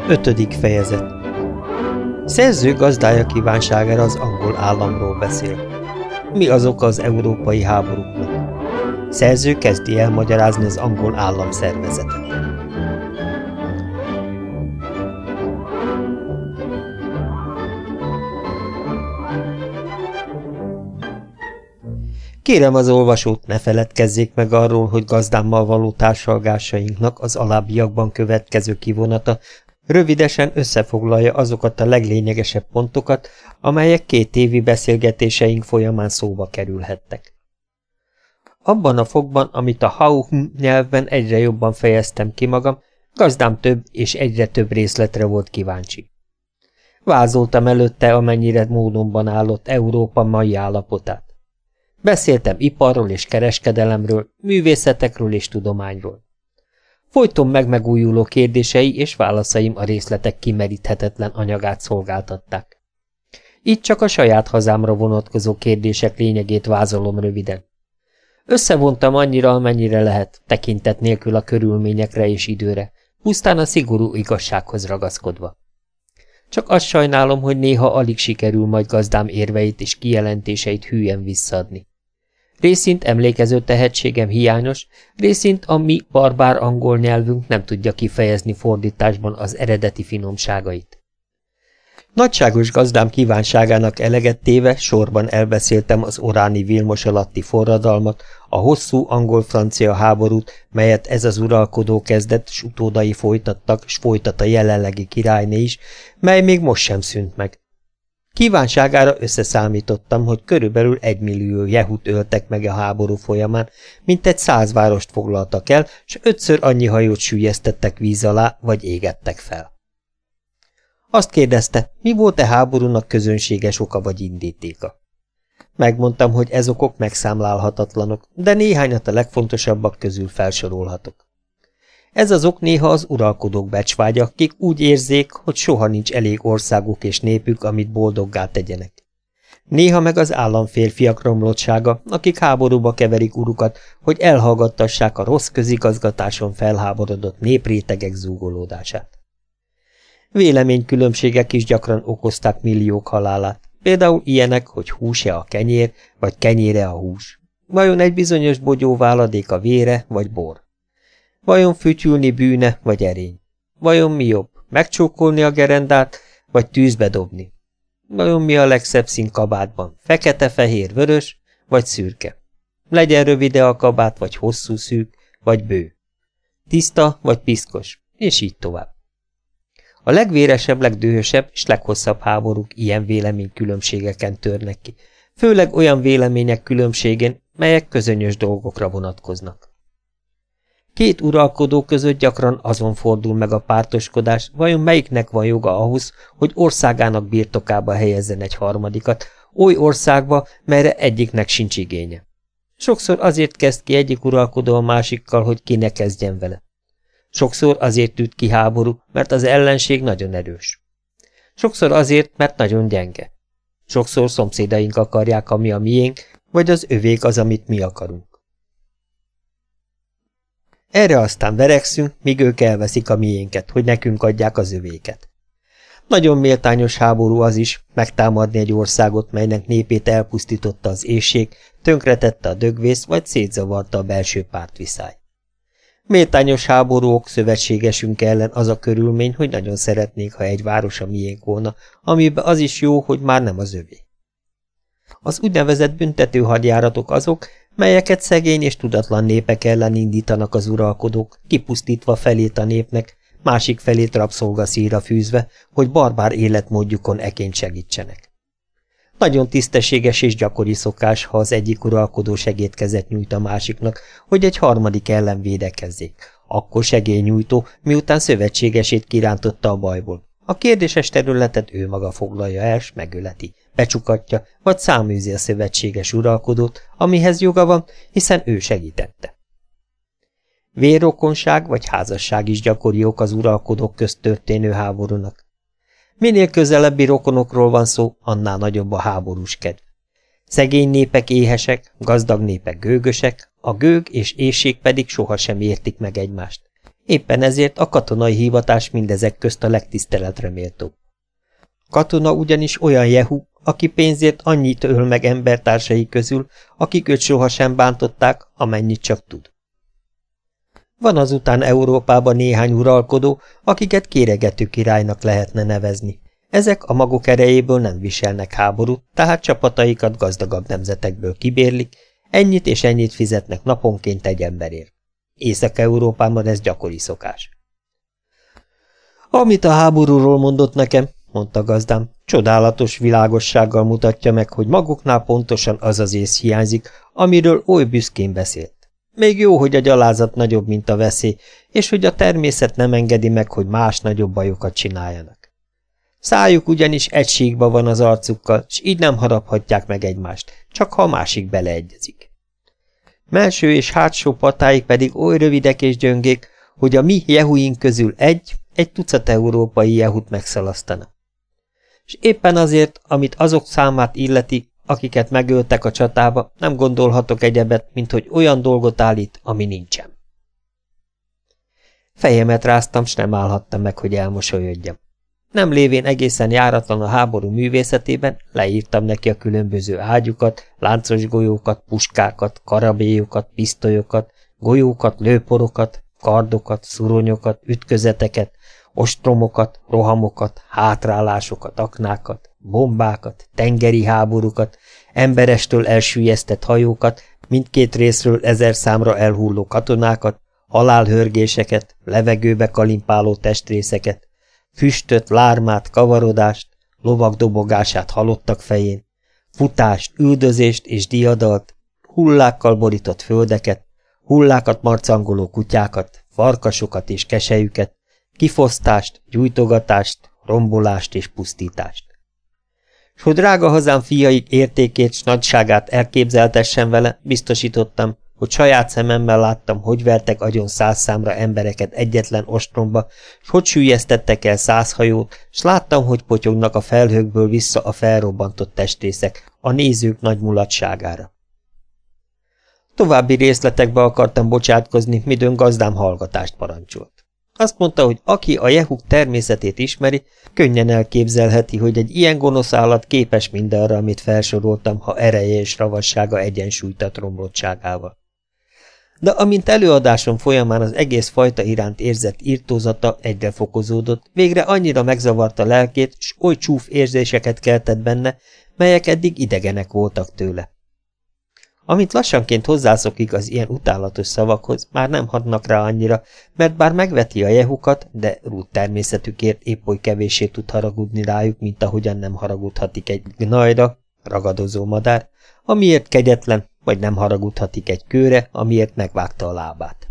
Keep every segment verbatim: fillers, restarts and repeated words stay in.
Ötödik fejezet. Szerző gazdája kívánságára az angol államról beszél. Mi az oka az európai háborúknak? Szerző kezdi elmagyarázni az angol állam szervezetet. Kérem az olvasót, ne feledkezzék meg arról, hogy gazdámmal való társalgásainknak az alábbiakban következő kivonata rövidesen összefoglalja azokat a leglényegesebb pontokat, amelyek két évi beszélgetéseink folyamán szóba kerülhettek. Abban a fogban, amit a hauhm nyelvben egyre jobban fejeztem ki magam, gazdám több és egyre több részletre volt kíváncsi. Vázoltam előtte, amennyire módonban állott Európa mai állapotát. Beszéltem iparról és kereskedelemről, művészetekről és tudományról. Folyton megmegújuló kérdései és válaszaim a részletek kimeríthetetlen anyagát szolgáltatták. Itt csak a saját hazámra vonatkozó kérdések lényegét vázolom röviden. Összevontam annyira, amennyire lehet, tekintet nélkül a körülményekre és időre, pusztán a szigorú igazsághoz ragaszkodva. Csak azt sajnálom, hogy néha alig sikerül majd gazdám érveit és kijelentéseit hülyen visszaadni. Részint emlékező tehetségem hiányos, részint a mi barbár angol nyelvünk nem tudja kifejezni fordításban az eredeti finomságait. Nagyságos gazdám kívánságának eleget téve sorban elbeszéltem az oráni Vilmos alatti forradalmat, a hosszú angol-francia háborút, melyet ez az uralkodó kezdett, s utódai folytattak, s folytat a jelenlegi királyné is, mely még most sem szűnt meg. Kívánságára összeszámítottam, hogy körülbelül egymillió jehut öltek meg a háború folyamán, mintegy száz várost foglaltak el, s ötször annyi hajót süllyesztettek víz alá, vagy égettek fel. Azt kérdezte, mi volt a háborúnak közönséges oka vagy indítéka. Megmondtam, hogy ez okok megszámlálhatatlanok, de néhányat a legfontosabbak közül felsorolhatok. Ez az ok néha az uralkodók becsvágya, akik úgy érzék, hogy soha nincs elég országuk és népük, amit boldoggá tegyenek. Néha meg az államférfiak romlottsága, akik háborúba keverik urukat, hogy elhallgattassák a rossz közigazgatáson felháborodott néprétegek zúgolódását. Véleménykülönbségek is gyakran okozták milliók halálát, például ilyenek, hogy hús-e a kenyér, vagy kenyére a hús. Vajon egy bizonyos bogyó váladék a vére, vagy bor? Vajon fütyülni bűne, vagy erény? Vajon mi jobb, megcsókolni a gerendát, vagy tűzbe dobni? Vajon mi a legszebb szín kabátban, fekete, fehér, vörös, vagy szürke? Legyen rövide a kabát, vagy hosszú, szűk, vagy bő? Tiszta, vagy piszkos, és így tovább. A legvéresebb, legdühösebb és leghosszabb háborúk ilyen véleménykülönbségeken törnek ki, főleg olyan vélemények különbségén, melyek közönyös dolgokra vonatkoznak. Két uralkodó között gyakran azon fordul meg a pártoskodás, vajon melyiknek van joga ahhoz, hogy országának birtokába helyezzen egy harmadikat, oly országba, melyre egyiknek sincs igénye. Sokszor azért kezd ki egyik uralkodó a másikkal, hogy ki ne kezdjen vele. Sokszor azért üt ki háború, mert az ellenség nagyon erős. Sokszor azért, mert nagyon gyenge. Sokszor szomszédaink akarják, ami a miénk, vagy az övék az, amit mi akarunk. Erre aztán verekszünk, míg ők elveszik a miénket, hogy nekünk adják az övéket. Nagyon méltányos háború az is, megtámadni egy országot, melynek népét elpusztította az éhség, tönkretette a dögvész, vagy szétzavarta a belső pártviszály. Méltányos háborúk szövetségesünk ellen az a körülmény, hogy nagyon szeretnénk, ha egy város a miénk volna, amiben az is jó, hogy már nem az övé. Az úgynevezett büntető hadjáratok azok, melyeket szegény és tudatlan népek ellen indítanak az uralkodók, kipusztítva felét a népnek, másik felét rabszolgaszírra fűzve, hogy barbár életmódjukon eként segítsenek. Nagyon tisztességes és gyakori szokás, ha az egyik uralkodó segédkezet nyújt a másiknak, hogy egy harmadik ellen védekezzék. Akkor segélynyújtó, miután szövetségesét kirántotta a bajból. A kérdéses területet ő maga foglalja el, s megöleti, becsukatja, vagy száműzi a szövetséges uralkodót, amihez joga van, hiszen ő segítette. Vérrokonság vagy házasság is gyakori ok az uralkodók közt történő háborúnak. Minél közelebbi rokonokról van szó, annál nagyobb a háborús kedv. Szegény népek éhesek, gazdag népek gőgösek, a gőg és éhség pedig sohasem értik meg egymást. Éppen ezért a katonai hivatás mindezek közt a legtiszteletre méltóbb. Katona ugyanis olyan Jehu, aki pénzért annyit öl meg embertársai közül, akik őt sohasem bántották, amennyit csak tud. Van azután Európában néhány uralkodó, akiket kéregető királynak lehetne nevezni. Ezek a maguk erejéből nem viselnek háborút, tehát csapataikat gazdagabb nemzetekből kibérlik, ennyit és ennyit fizetnek naponként egy emberért. Észak-Európában ez gyakori szokás. Amit a háborúról mondott nekem, mondta gazdám, csodálatos világossággal mutatja meg, hogy maguknál pontosan az az ész hiányzik, amiről oly büszkén beszélt. Még jó, hogy a gyalázat nagyobb, mint a veszély, és hogy a természet nem engedi meg, hogy más nagyobb bajokat csináljanak. Szájuk ugyanis egységben van az arcukkal, s így nem haraphatják meg egymást, csak ha a másik beleegyezik. Melső és hátsó patáik pedig oly rövidek és gyöngék, hogy a mi jehuink közül egy, egy tucat európai jehut megszalasztana. És éppen azért, amit azok számát illeti, akiket megöltek a csatába, nem gondolhatok egyebet, mint hogy olyan dolgot állít, ami nincsen. Fejemet ráztam, s nem állhattam meg, hogy elmosolyodjam. Nem lévén egészen járatlan a háború művészetében, leírtam neki a különböző ágyukat, láncos golyókat, puskákat, karabélyokat, pisztolyokat, golyókat, lőporokat, kardokat, szuronyokat, ütközeteket, ostromokat, rohamokat, hátrálásokat, aknákat, bombákat, tengeri háborúkat, emberestől elsüllyesztett hajókat, mindkét részről ezer számra elhulló katonákat, halálhörgéseket, levegőbe kalimpáló testrészeket, füstöt, lármát, kavarodást, lovak dobogását halottak fején, futást, üldözést és diadalt, hullákkal borított földeket, hullákat marcangoló kutyákat, farkasokat és keselyüket, kifosztást, gyújtogatást, rombolást és pusztítást. S hogy drága hazám fiaik értékét s nagyságát elképzeltessen vele, biztosítottam, hogy saját szememmel láttam, hogy vertek agyon száz számra embereket egyetlen ostromba, s hogy süllyesztettek el száz hajót, s láttam, hogy potyognak a felhőkből vissza a felrobbantott testrészek a nézők nagy mulatságára. További részletekbe akartam bocsátkozni, midőn gazdám hallgatást parancsolt. Azt mondta, hogy aki a jehuk természetét ismeri, könnyen elképzelheti, hogy egy ilyen gonosz állat képes mindenre, amit felsoroltam, ha ereje és ravassága egyensúlytat romlottságával. De amint előadásom folyamán az egész fajta iránt érzett irtózata egyre fokozódott, végre annyira megzavarta lelkét, s oly csúf érzéseket keltett benne, melyek eddig idegenek voltak tőle. Amint lassanként hozzászokik az ilyen utálatos szavakhoz, már nem hatnak rá annyira, mert bár megveti a jehukat, de rút természetükért épp oly kevéssé tud haragudni rájuk, mint ahogyan nem haragudhatik egy gnajra, ragadozó madár, amiért kegyetlen, vagy nem haragudhatik egy kőre, amiért megvágta a lábát.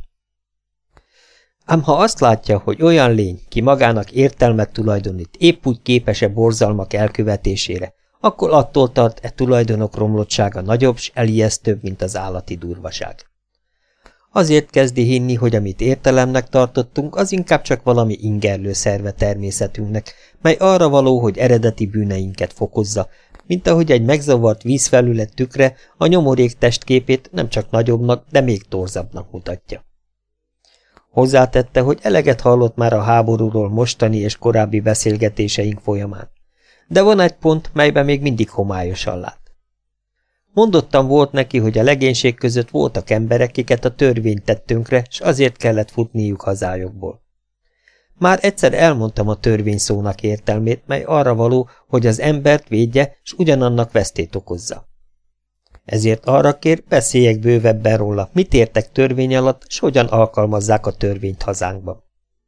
Ám ha azt látja, hogy olyan lény, ki magának értelmet tulajdonít, épp úgy képes-e borzalmak elkövetésére, akkor attól tart e tulajdonok romlottsága nagyobb s elijesztőbb, mint az állati durvaság. Azért kezdi hinni, hogy amit értelemnek tartottunk, az inkább csak valami ingerlő szerve természetünknek, mely arra való, hogy eredeti bűneinket fokozza, mint ahogy egy megzavart vízfelület tükre a nyomorék testképét nem csak nagyobbnak, de még torzabbnak mutatja. Hozzátette, hogy eleget hallott már a háborúról mostani és korábbi beszélgetéseink folyamán. De van egy pont, melyben még mindig homályosan lát. Mondottam volt neki, hogy a legénység között voltak emberek, akiket a törvény tett tönkre, s azért kellett futniuk hazájukból. Már egyszer elmondtam a törvény szónak értelmét, mely arra való, hogy az embert védje, s ugyanannak vesztét okozza. Ezért arra kér, beszéljek bővebben róla, mit értek törvény alatt, s hogyan alkalmazzák a törvényt hazánkban.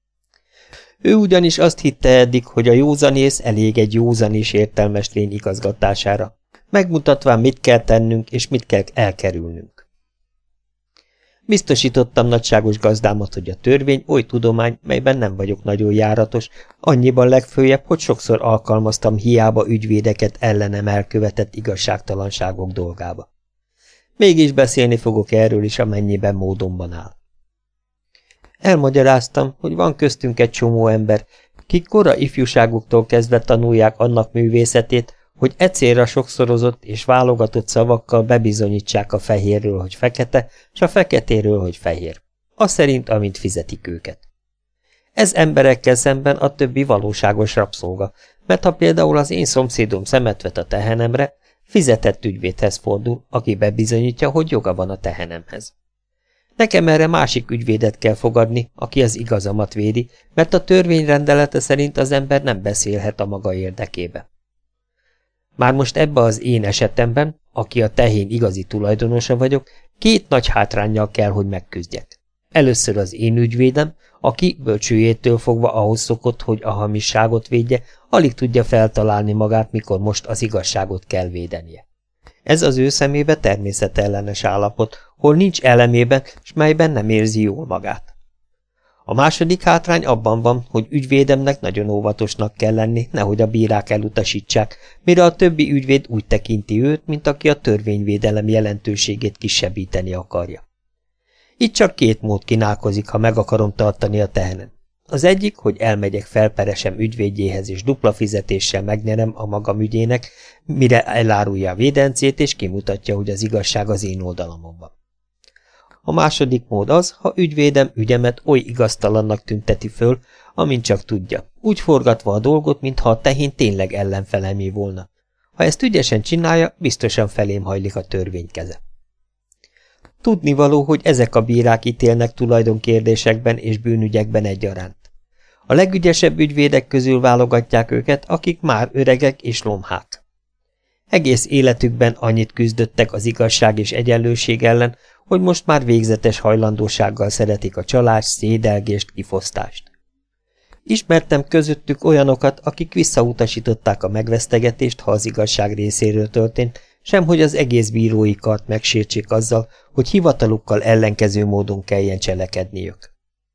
Ő ugyanis azt hitte eddig, hogy a józanész elég egy józan és értelmes lény igazgatására, megmutatván, mit kell tennünk és mit kell elkerülnünk. Biztosítottam nagyságos gazdámat, hogy a törvény oly tudomány, melyben nem vagyok nagyon járatos, annyiban legfőjebb, hogy sokszor alkalmaztam hiába ügyvédeket ellenem elkövetett igazságtalanságok dolgába. Mégis beszélni fogok erről is, amennyiben módonban áll. Elmagyaráztam, hogy van köztünk egy csomó ember, kik kora ifjúságuktól kezdve tanulják annak művészetét, hogy e célra sokszorozott és válogatott szavakkal bebizonyítsák a fehérről, hogy fekete, s a feketéről, hogy fehér. Az szerint, amint fizetik őket. Ez emberekkel szemben a többi valóságos rabszolga, mert ha például az én szomszédom szemet vet a tehenemre, fizetett ügyvédhez fordul, aki bebizonyítja, hogy joga van a tehenemhez. Nekem erre másik ügyvédet kell fogadni, aki az igazamat védi, mert a törvény rendelete szerint az ember nem beszélhet a maga érdekébe. Már most ebbe az én esetemben, aki a tehén igazi tulajdonosa vagyok, két nagy hátránnyal kell, hogy megküzdjek. Először az én ügyvédem, aki bölcsőjétől fogva ahhoz szokott, hogy a hamisságot védje, alig tudja feltalálni magát, mikor most az igazságot kell védenie. Ez az ő szemébe természetellenes állapot, hol nincs elemében, s melyben nem érzi jól magát. A második hátrány abban van, hogy ügyvédemnek nagyon óvatosnak kell lenni, nehogy a bírák elutasítsák, mire a többi ügyvéd úgy tekinti őt, mint aki a törvényvédelem jelentőségét kisebbíteni akarja. Itt csak két mód kínálkozik, ha meg akarom tartani a tehenem. Az egyik, hogy elmegyek felperesem ügyvédjéhez és dupla fizetéssel megnyerem a magam ügyének, mire elárulja a védencét és kimutatja, hogy az igazság az én oldalamon van. A második mód az, ha ügyvédem ügyemet oly igaztalannak tünteti föl, amint csak tudja, úgy forgatva a dolgot, mintha a tehén tényleg ellenfelemé volna. Ha ezt ügyesen csinálja, biztosan felém hajlik a törvény keze. Tudnivaló, hogy ezek a bírák ítélnek tulajdonkérdésekben és bűnügyekben egyaránt. A legügyesebb ügyvédek közül válogatják őket, akik már öregek és lomhák. Egész életükben annyit küzdöttek az igazság és egyenlőség ellen, hogy most már végzetes hajlandósággal szeretik a csalást, szédelgést, kifosztást. Ismertem közöttük olyanokat, akik visszautasították a megvesztegetést, ha az igazság részéről történt, semhogy az egész bírói kart megsértsék azzal, hogy hivatalukkal ellenkező módon kelljen cselekedniük.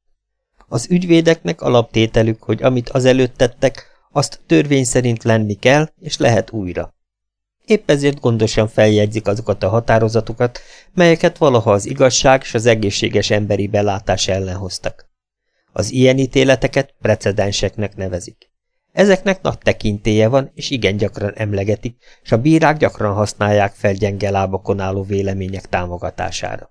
Az ügyvédeknek alaptételük, hogy amit azelőtt tettek, azt törvény szerint lenni kell, és lehet újra. Épp ezért gondosan feljegyzik azokat a határozatokat, melyeket valaha az igazság és az egészséges emberi belátás ellen hoztak. Az ilyen ítéleteket precedenseknek nevezik. Ezeknek nagy tekintélye van, és igen gyakran emlegetik, és a bírák gyakran használják fel gyenge lábakon álló vélemények támogatására.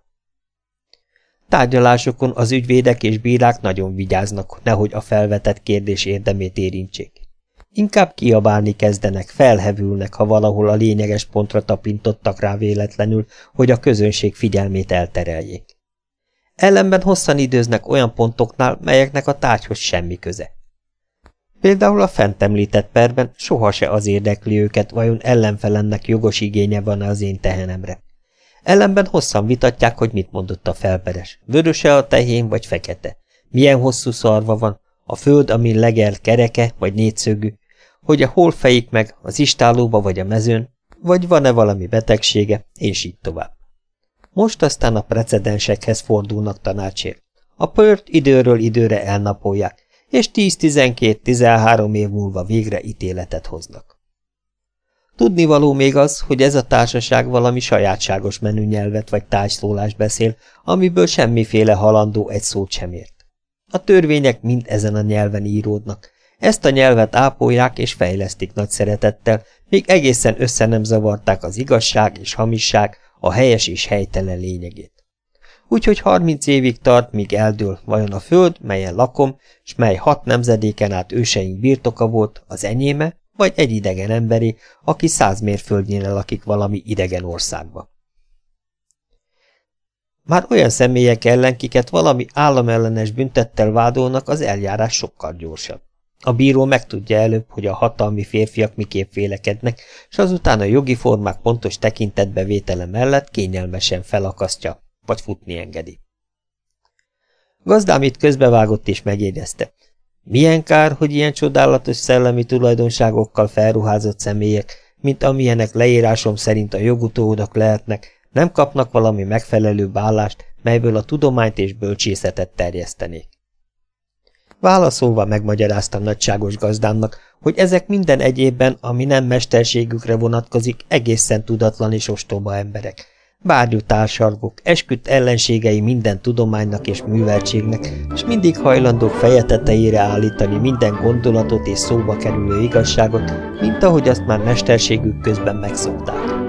Tárgyalásokon az ügyvédek és bírák nagyon vigyáznak, nehogy a felvetett kérdés érdemét érintsék. Inkább kiabálni kezdenek, felhevülnek, ha valahol a lényeges pontra tapintottak rá véletlenül, hogy a közönség figyelmét eltereljék. Ellenben hosszan időznek olyan pontoknál, melyeknek a tárgyhoz semmi köze. Például a fent említett perben soha se az érdekli őket, vajon ellenfelennek jogos igénye van-e az én tehenemre. Ellenben hosszan vitatják, hogy mit mondott a felperes. Vöröse a tehén vagy fekete? Milyen hosszú szarva van? A föld, amin legel, kereke vagy négyszögű? Hogy a hol fejik meg, az istállóba vagy a mezőn? Vagy van-e valami betegsége? És így tovább. Most aztán a precedensekhez fordulnak tanácsért. A pört időről időre elnapolják, és tíz-tizenkét-tizenhárom év múlva végre ítéletet hoznak. Tudnivaló még az, hogy ez a társaság valami sajátságos menünyelvet vagy tárgyszólást beszél, amiből semmiféle halandó egy szót sem ért. A törvények mind ezen a nyelven íródnak. Ezt a nyelvet ápolják és fejlesztik nagy szeretettel, még egészen össze nem zavarták az igazság és hamisság, a helyes és helytelen lényegét. Úgyhogy harminc évig tart, míg eldől, vajon a föld, melyen lakom, s mely hat nemzedéken át őseink birtoka volt, az enyéme, vagy egy idegen emberi, aki száz mérföldnyire lakik valami idegen országba. Már olyan személyek ellen, kiket valami államellenes büntettel vádolnak, az eljárás sokkal gyorsabb. A bíró megtudja előbb, hogy a hatalmi férfiak miképp vélekednek, s azután a jogi formák pontos tekintetbevétele mellett kényelmesen felakasztja, vagy futni engedi. Gazdám itt közbevágott és megjegyezte. Milyen kár, hogy ilyen csodálatos szellemi tulajdonságokkal felruházott személyek, mint amilyenek leírásom szerint a jogutódok lehetnek, nem kapnak valami megfelelőbb állást, melyből a tudományt és bölcsészetet terjesztenék. Válaszolva megmagyaráztam nagyságos gazdámnak, hogy ezek minden egyébben, ami nem mesterségükre vonatkozik, egészen tudatlan és ostoba emberek. Bárgyú társalgók, esküdt ellenségei minden tudománynak és műveltségnek, és mindig hajlandók feje tetejére állítani minden gondolatot és szóba kerülő igazságot, mint ahogy azt már mesterségük közben megszokták.